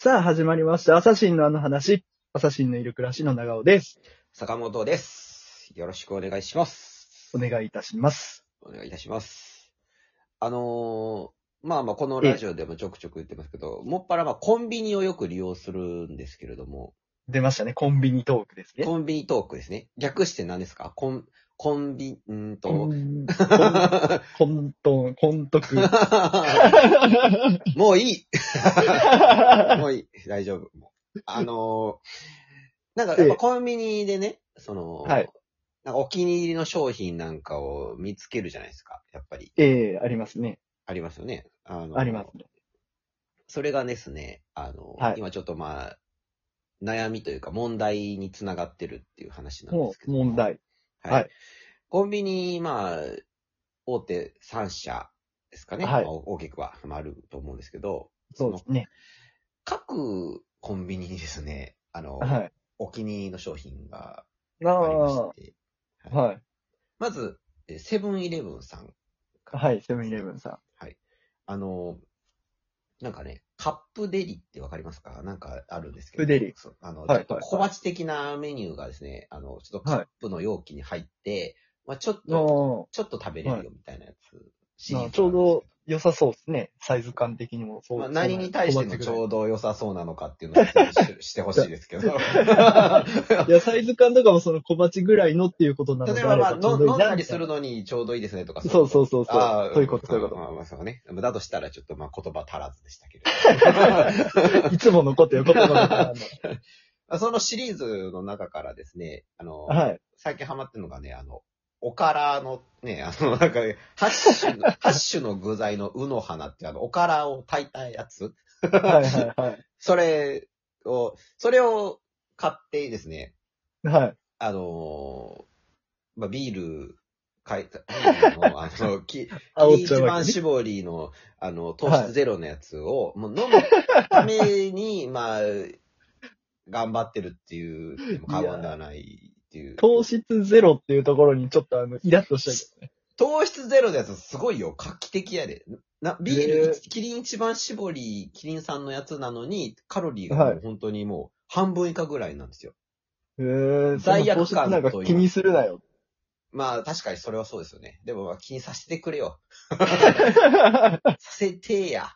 さあ、始まりました。アサシンのあの話。アサシンのいる暮らしの長尾です。 坂本です。よろしくお願いします。 お願いいたします。 お願いいたします。このええ、 ラジオでもちょくちょく言ってますけど、もっぱらコンビニをよく利用するんですけれども、 出ましたね。コンビニトークですね。 コンビニトークですね。略して何ですか？コンビ、 コントン、コントク。 もういいもういい。大丈夫。なんかやっぱコンビニでね、 はい。 なんかお気に入りの商品なんかを見つけるじゃないですか。やっぱり。 ええ、ありますね。 ありますよね。 ありますね。 それがですね、 はい。 今ちょっと悩みというか問題につながってるっていう話なんでもう、 すけども、 問題。 はい。 はい。 コンビニ、大手3社ですかね。 はい。 大きくは、あると思うんですけど、 そうですね。 各コンビニにですね、 はい。 お気に入りの商品があありましあ、 て、はい。 はい。 まず、セブンイレブンさんからはい、セブンイですね。 レブンさん。 はい。あの、なんかね、カップデリってわかりますか？なんかあるんですけど、 プデリ。 ちはい、はい、 ょっと小は鉢的なメニューがですね、ちょっとい。 カッはい。 プの容器に入って、ちょっあと、 あ、 ちょっと食べれはい。 るよみたいなやつ、シリーちょうズがあるんですけど良さそうですね。サイズ感的にも、そんな何に対してのち小鉢ぐらい。 ょうど良さそうなのかっていうのを説明してほしいですけど。 いや、サイズ感とかもその小鉢ぐらいのっていうことなの例えばであればちょうどいい飲んだな、みたいな。 りするのにちょうどいいですねとかそういうそうそこと。 うそうそう。 ああ、 そういうこと、そういうこと。 そうね。だとしたらちょっと言葉足らずでしたけれど。 いつものことよ、言葉のからの。 そのシリーズの中からですね、 はい。 最近ハマってるのがね、おからのね、なんか、8種の具材のうの花っておからを炊いたやつはいはいはい。 それを買ってですね、 はい。 あのビール、ビールの、キ青リン一番茶わけね。 搾りの、糖はい。 質ゼロのやつを、もう飲むために、頑張ってるっていう、でも過言ではいやないっていう。 糖質ゼロっていうところにちょっとイラッとしたけどね。 糖質ゼロのやつすごいよ。画期的やで。ビール、 えキリン一番搾り、キリンさんのやつなのに、カロリーがはい。 もう本当にもう半分以下ぐらいなんですよ。 そんな罪悪糖質なんか感と今。 気にするなよ。 確かにそれはそうですよね。でも気にさせてくれよ。させてや。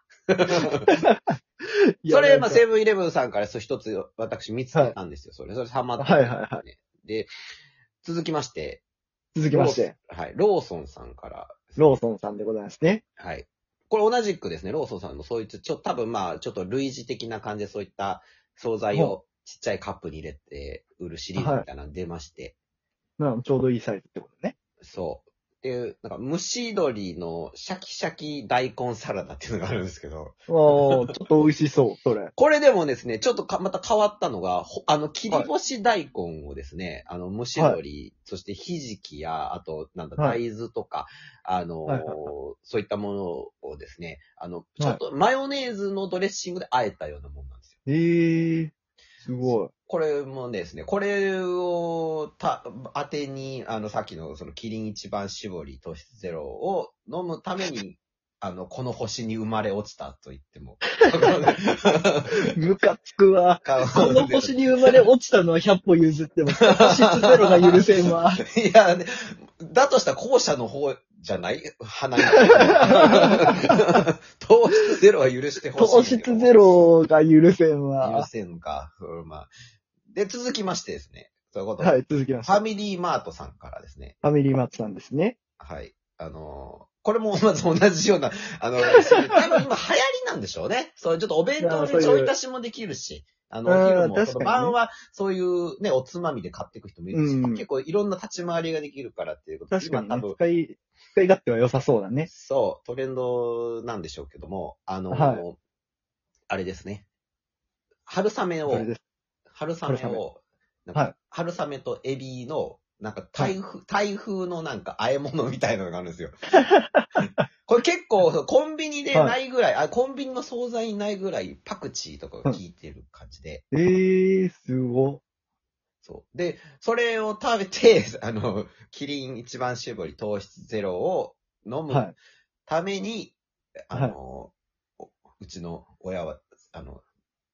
いや、 それ、 なんか、 セブンイレブンさんから一つ私見つけはい。 たんですよ。それハマってて、 はいはいはい。 ね。で、続きまして、 続きまして、 ローソンさんからですね。 ローソンさんでございますね。 はい。これ同じくですね、ローソンさんのそういった、多分ちょっと類似的な感じでそういった惣菜ほをちっちゃいカップに入れて売るシリーズはい。 みたいなの出まして、 ちょうどいいサイズってことね。 そう。で、なんか蒸し鶏のシャキシャキ大根サラダっていうのがあるんですけど、 ちょっと美味しそう、それ。 これでもですね、ちょっとまた変わったのが、切りはい。 干し大根をですね、蒸しはい。 鶏、そしてひじきや、あと、 はい。 大豆とか、 はい。はい。 そういったものをですね、ちょっはとマヨネーズのドレッシングで和えたようなもんなんですよ。 い。すごい。 これもですね、これを当てに、さっきのそのキリン一番搾り糖質ゼロを飲むために、この星に生まれ落ちたと言っても。 ムカつくわ。 ここの星に生まれ落ちたのは100歩譲っても、糖質ゼロが許せんわ。 いや、だとしたら後者の方じゃない花に。糖質ゼロは許してほしい。 糖質ゼロが許せん許わ。 せんか。で、続きましてですね。そういうこと。 はい、続きまして。 ファミリーマートさんからですね。 ファミリーマートさんですね。 はい。これもまず同じような、多分今流行りなんでしょうね。そういうちょっとお弁当でちょい足しもできるし、お昼も、 確かにね晩はそういうね、おつまみで買っていく人もいるし、 うん結構いろんな立ち回りができるからっていうことで、 確かにね、 今多分、 使い勝手は良さそうだね。 そう、トレンドなんでしょうけども、 はあれですね。春雨それです。 春雨を、 はい春雨とエビの、なんかはい台風のなんか和え物みたいなのがあるんですよ。これ結構、コンビニでないぐらい、コンビニの惣菜にないぐらいパクチーとかが効いてる感じで。 すご。 そう。で、それを食べて、キリン一番搾り糖質ゼロを飲むはい。 ために、 はうちの親は、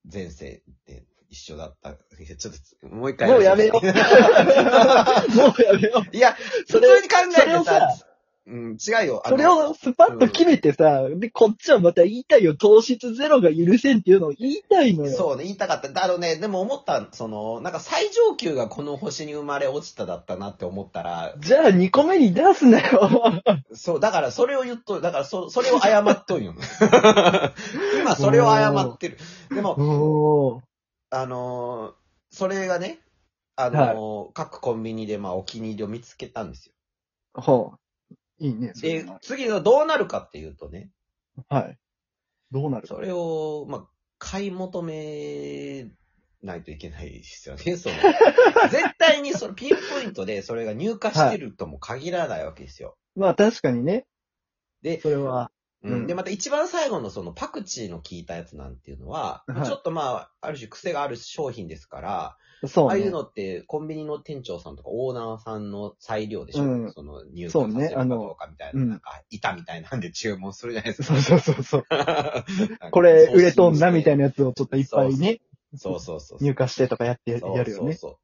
前世で一緒だった。ちょっと、もう一回。 もうやめよう。もうやめよう。 いや、普通に考えてさ、うん、違うよ。 それをスパッと決めてさ、で、こっちはまた言いたいよ。糖質ゼロが許せんっていうのを言いたいのよ。 そうね、言いたかった。でも思った、なんか最上級がこの星に生まれ落ちただったなって思ったら。 じゃあ2個目に出すなよ。 そう、だからそれを言っと、だからそれを謝っとんよ。今それを謝ってる。でも、それがね、各コンビニでお気に入りを見つけたんですよ。 はあ。いいね。 で、次のどうなるかっていうとね。 はい。どうなるか。 それを、買い求めないといけないですよね。絶対にピンポイントでそれが入荷してるとも限らないわけですよ。 まあ確かにね。 で、 それは。 で、また一番最後のパクチーの効いたやつなんていうのは、ちょっとある種癖がある商品ですから、 そうね。 ああいうのってコンビニの店長さんとかオーナーさんの裁量でしょ、入荷させるかどうかみたいな、なんか板みたいなんで注文するじゃないですか。 そう。これ売れとんなみたいなやつをちょっといっぱいね。 そう。 入荷してとかやるよね。 そう。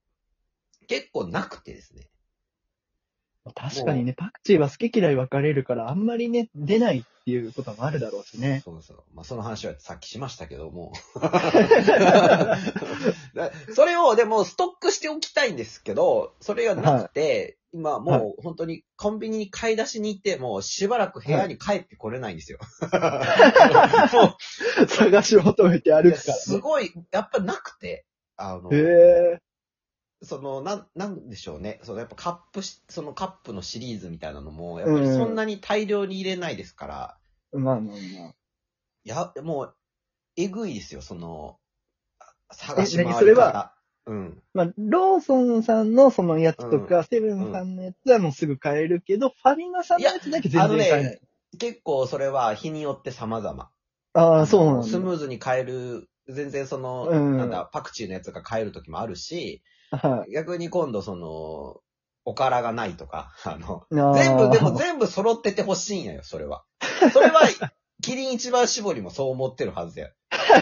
結構なくてですね。 確かにね、パクチーは好き嫌い分かれるから、あんまりね、出ないっていうこともあるだろうしね。 そう。その話はさっきしましたけども。それをでもストックしておきたいんですけど、それがなくて、今もう本当にコンビニに買い出しに行って、もうしばらく部屋に帰ってこれないんですよ。もう探し求めて歩くから、ね。 すごい、やっぱなくて、なんでしょうね。やっぱカップのシリーズみたいなのも、やっぱりそんなに大量に入れないですから。 まあ。 いや、もう、えぐいですよ、探し回り方。 それは、ローソンさんのそのやつとか、セブンさんのやつはもうすぐ買えるけど、ファミマさんのやつだけ全然買えない。 結構それは日によって様々。 ああ、そうなんだ。 スムーズに買える、全然パクチーのやつが買える時もあるし、逆に今度おからがないとか、全部揃っててほしいんやよ、それは。それは、キリン一番搾りもそう思ってるはずや。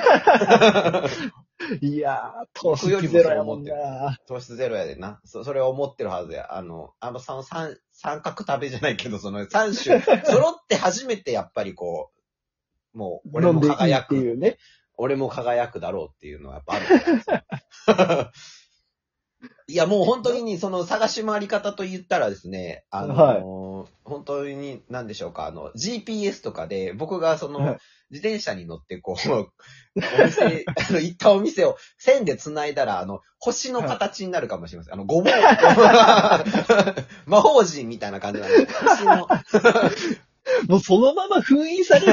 いやー、糖質ゼロやもんな。 糖質ゼロやでな。それは思ってるはずや。三角食べじゃないけど、3種揃って初めてやっぱりもう、俺も輝く。 っていうね。 俺も輝くだろうっていうのはやっぱあるから。いや、もう本当に探し回り方と言ったらですね、本当に何でしょうか、GPS とかで、僕が自転車に乗ってお店、行ったお店を線で繋いだら、星の形になるかもしれません。ごぼう、魔法陣みたいな感じなんで、星の。 もうそのまま封印される。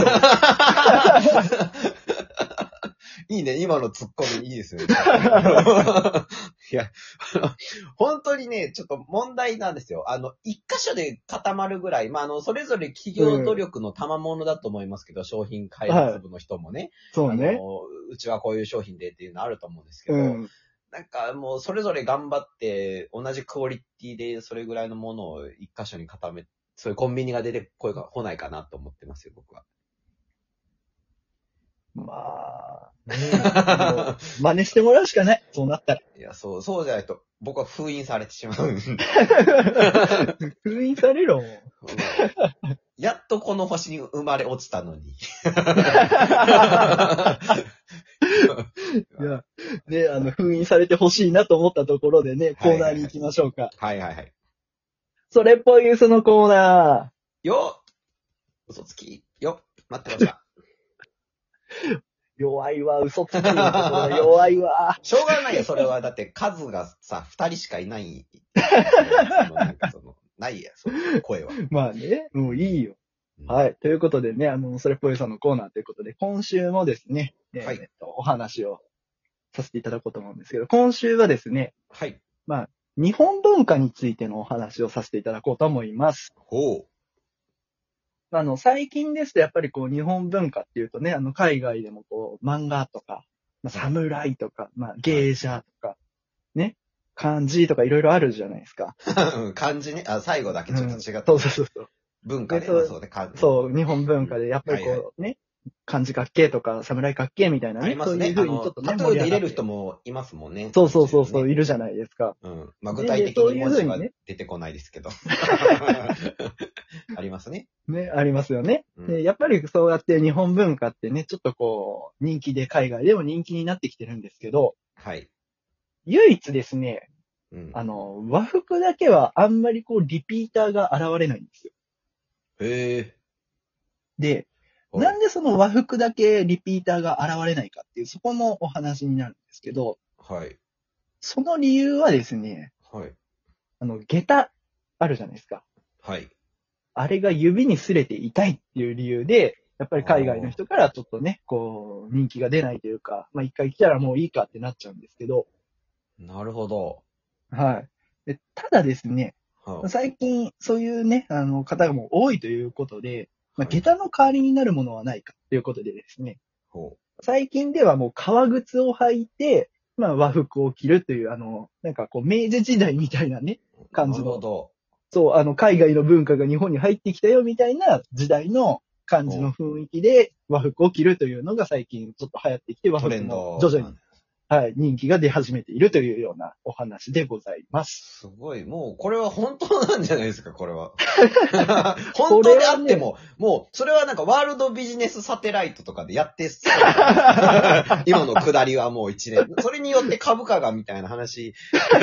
いいね、今のツッコミいいですよね。いや、本当にね、ちょっと問題なんですよ。一箇所で固まるぐらい、それぞれ企業努力の賜物だと思いますけど、商品開発部の人もね。 そうね。 うちはこういう商品でっていうのあると思うんですけど、なんかもうそれぞれ頑張って、同じクオリティでそれぐらいのものを一箇所に固め、そういうコンビニが出てこないかなと思ってますよ、僕は。 まあ、真似してもらうしかない。そうなったら。 いや、そうじゃないと、僕は封印されてしまう。 封印されろ。 やっとこの星に生まれ落ちたのに。いや、ね、封印されてほしいなと思ったところでね、コーナーに行きましょうか。 はい。 それっぽいそのコーナー。嘘つき。待ってました。 弱いわ、嘘つきのところ弱いわ。 しょうがないよ、それは。だって数がさ、2人しかいない。ないや、そういう声は。 まあね、もういいよ。はい。ということでね、それっぽいさのコーナーということで、今週もですね、お話をさせていただこうと思うんですけど、今週はですね、 はい。 日本文化についてのお話をさせていただこうと思います。 ほう。 最近ですとやっぱり日本文化っていうとね、海外でも漫画とか、侍とか、芸者とか、ね、漢字とかいろいろあるじゃないですか。 漢字ね。最後だけちょっと違った。 そう。 文化で、そうね、 そう、日本文化で、やっぱりね、 漢字かっけえとか、侍かっけえみたいなね。 ありますね。 そういう風にちょっとね、 タトゥーで入れる盛り上がって人もいますもんね。 そうそうそうそう、 ねいるじゃないですか。 うん。まあ、 ね具体的そういうに文字は風にね出てこないですけど。ありますね。 ね、ありますよね。 うんで、やっぱりそうやって日本文化ってね、ちょっとこう、人気で海外でも人気になってきてるんですけど、 はい。 唯一ですね、 うん。 和服だけはあんまりこう、リピーターが現れないんですよ。 へえ。 で、 はいなんでその和服だけリピーターが現れないかっていう、そこのお話になるんですけど、 はい。 その理由はですね、 はい。 下駄あるじゃないですか。 はい。 あれが指に擦れて痛いっていう理由で、やっぱり海外の人からちょっとね、こう、人気が出ないというか、まあ一回来たらもういいかってなっちゃうんですけど、 なるほど。 はい。でただですね、 はい。 最近そういうね、方がもう多いということで、まあ、 はい下駄の代わりになるものはないかということでですね、 ほ最近ではもう革靴を履いて、まあ和服を着るという、なんかこう明治時代みたいなね、 う。 感じの、 なるほど。 そう、海外の文化が日本に入ってきたよみたいな時代の感じの雰囲気で和服を着るというのが最近ちょっと流行ってきて、和トレン服もド。 徐々に、はい、人気が出始めているというようなお話でございます。 すごい。もう、これは本当なんじゃないですか、これは。本当であっても、もう、それはなんかワールドビジネスサテライトとかでやってそう。今の下りはもう一年。それによって株価がみたいな話。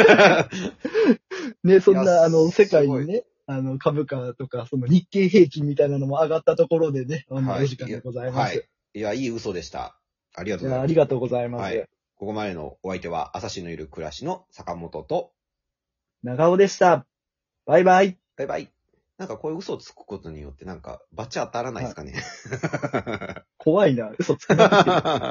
ね、そんな、 いや世界すごいにね、株価とか、その日経平均みたいなのも上がったところでね、 はいお時間でございます。 はい。いや、いい嘘でした。ありがとうございます。 ありがとうございます。 はい。ここまでのお相手は、朝日のいる暮らしの坂本と、 長尾でした。バイバイ。 バイバイ。なんかこういう嘘をつくことによって、なんか、バチ当たらないですかね。 怖いな。嘘つくなってきてる。